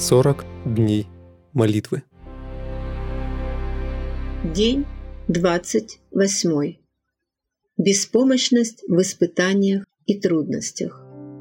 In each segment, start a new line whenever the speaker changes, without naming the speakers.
40 дней молитвы.
День 28. Беспомощность в испытаниях и трудностях.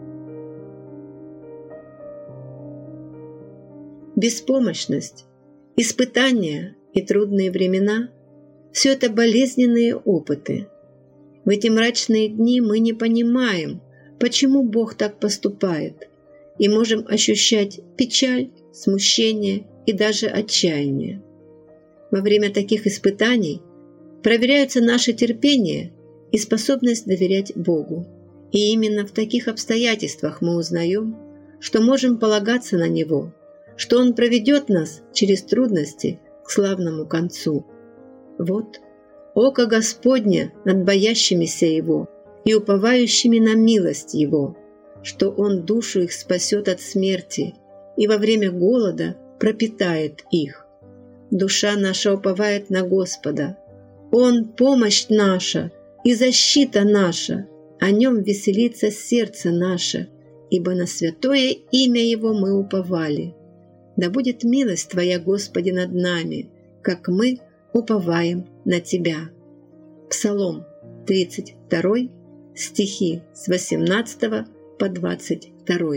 Беспомощность, испытания и трудные времена – все это болезненные опыты. В эти мрачные дни мы не понимаем, почему Бог так поступает, и можем ощущать печаль, смущение и даже отчаяние. Во время таких испытаний проверяются наше терпение и способность доверять Богу. И именно в таких обстоятельствах мы узнаем, что можем полагаться на Него, что Он проведет нас через трудности к славному концу. Вот око Господне над боящимися Его и уповающими на милость Его, что Он душу их спасет от смерти и во время голода пропитает их. Душа наша уповает на Господа. Он – помощь наша и защита наша, о Нем веселится сердце наше, ибо на святое имя Его мы уповали. Да будет милость Твоя, Господи, над нами, как мы уповаем на Тебя. Псалом 32, стихи с 18 по 22.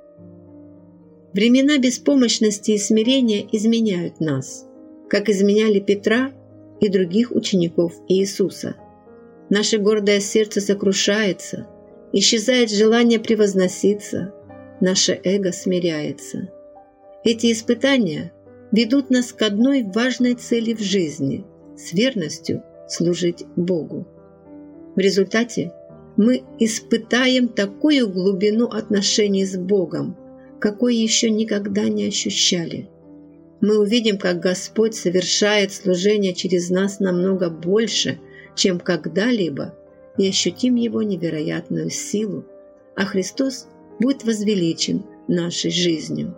Времена беспомощности и смирения изменяют нас, как изменяли Петра и других учеников Иисуса. Наше гордое сердце сокрушается, исчезает желание превозноситься, наше эго смиряется. Эти испытания ведут нас к одной важной цели в жизни – с верностью служить Богу. В результате мы испытаем такую глубину отношений с Богом, какой еще никогда не ощущали. Мы увидим, как Господь совершает служение через нас намного больше, чем когда-либо, и ощутим Его невероятную силу, а Христос будет возвеличен нашей жизнью.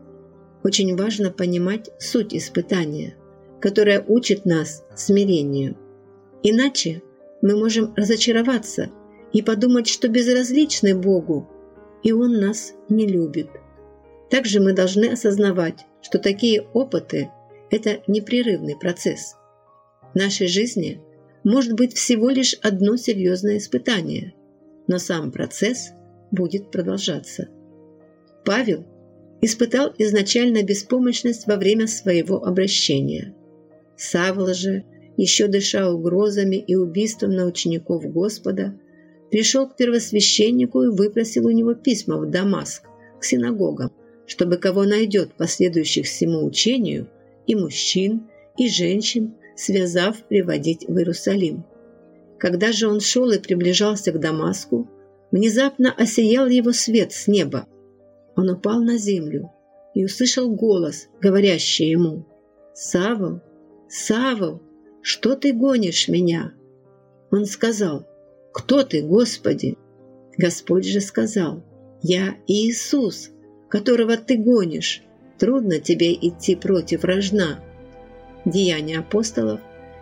Очень важно понимать суть испытания, которое учит нас смирению. Иначе мы можем разочароваться и подумать, что безразличны Богу, и Он нас не любит. Также мы должны осознавать, что такие опыты – это непрерывный процесс. В нашей жизни может быть всего лишь одно серьезное испытание, но сам процесс будет продолжаться. Павел испытал изначально беспомощность во время своего обращения. Савл же, еще дыша угрозами и убийством на учеников Господа, пришел к первосвященнику и выпросил у него письма в Дамаск, к синагогам, чтобы кого найдет последующих всему учению, и мужчин, и женщин, связав, приводить в Иерусалим. Когда же он шел и приближался к Дамаску, внезапно осиял его свет с неба. Он упал на землю и услышал голос, говорящий ему: «Савл, Савл, что ты гонишь меня?» Он сказал: «Кто ты, Господи?» Господь же сказал: «Я Иисус, которого ты гонишь. Трудно тебе идти против рожна». Деяния апостолов,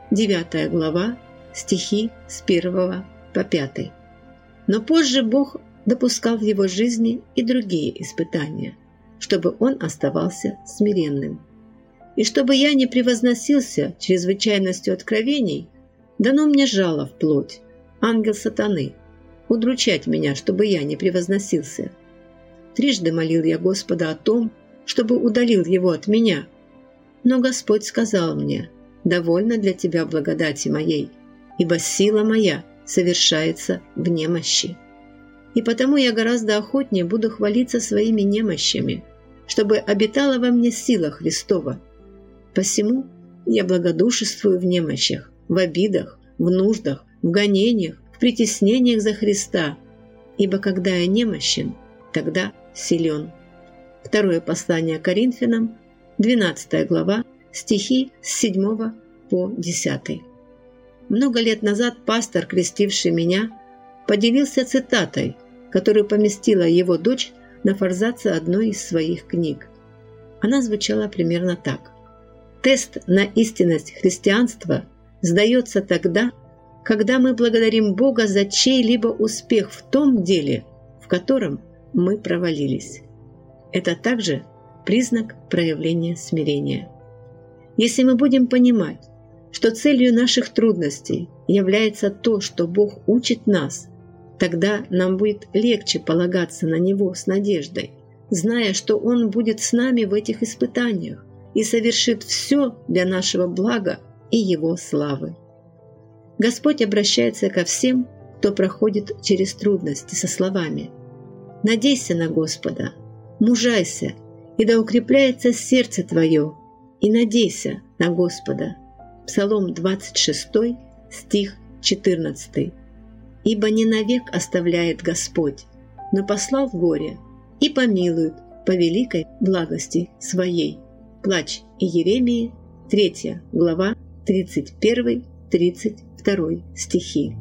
9 глава, стихи с 1 по 5. Но позже Бог допускал в его жизни и другие испытания, чтобы он оставался смиренным. И чтобы я не превозносился чрезвычайностью откровений, дано мне жало в плоть, ангел сатаны, удручать меня, чтобы я не превозносился. Трижды молил я Господа о том, чтобы удалил его от меня. Но Господь сказал мне: «Довольно для тебя благодати моей, ибо сила моя совершается в немощи». И потому я гораздо охотнее буду хвалиться своими немощами, чтобы обитала во мне сила Христова. Посему я благодушествую в немощах, в обидах, в нуждах, в гонениях, в притеснениях за Христа, ибо когда я немощен, тогда силен. Второе послание Коринфянам, 12 глава, стихи с 7 по 10. Много лет назад пастор, крестивший меня, поделился цитатой, которую поместила его дочь на форзаце одной из своих книг. Она звучала примерно так: «Тест на истинность христианства сдается тогда, когда мы благодарим Бога за чей-либо успех в том деле, в котором мы провалились. Это также признак проявления смирения. Если мы будем понимать, что целью наших трудностей является то, что Бог учит нас, тогда нам будет легче полагаться на Него с надеждой, зная, что Он будет с нами в этих испытаниях и совершит все для нашего блага и Его славы. Господь обращается ко всем, кто проходит через трудности, со словами: «Надейся на Господа, мужайся, и да укрепляется сердце твое, и надейся на Господа». Псалом 26, стих 14. «Ибо не навек оставляет Господь, но послал в горе и помилует по великой благости Своей». Плач Иеремии, 3 глава, 31-32 стихи.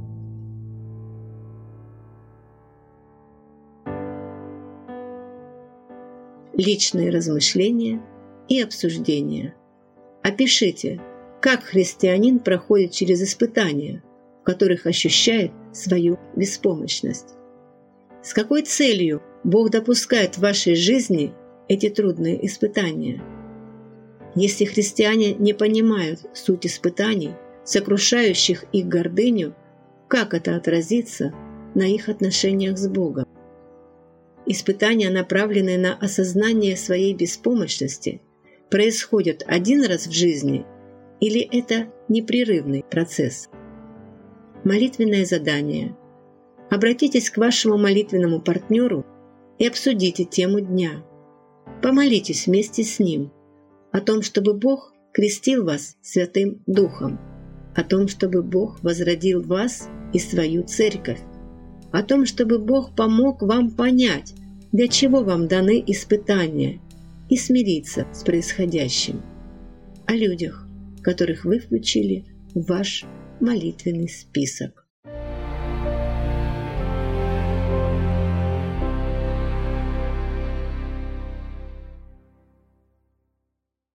Личные размышления и обсуждения. Опишите, как христианин проходит через испытания, в которых ощущает свою беспомощность. С какой целью Бог допускает в вашей жизни эти трудные испытания? Если христиане не понимают суть испытаний, сокрушающих их гордыню, как это отразится на их отношениях с Богом? Испытания, направленные на осознание своей беспомощности, происходят один раз в жизни или это непрерывный процесс? Молитвенное задание. Обратитесь к вашему молитвенному партнеру и обсудите тему дня. Помолитесь вместе с ним о том, чтобы Бог крестил вас Святым Духом, о том, чтобы Бог возродил вас и свою церковь, о том, чтобы Бог помог вам понять, для чего вам даны испытания, и смириться с происходящим, о людях, которых вы включили в ваш молитвенный список.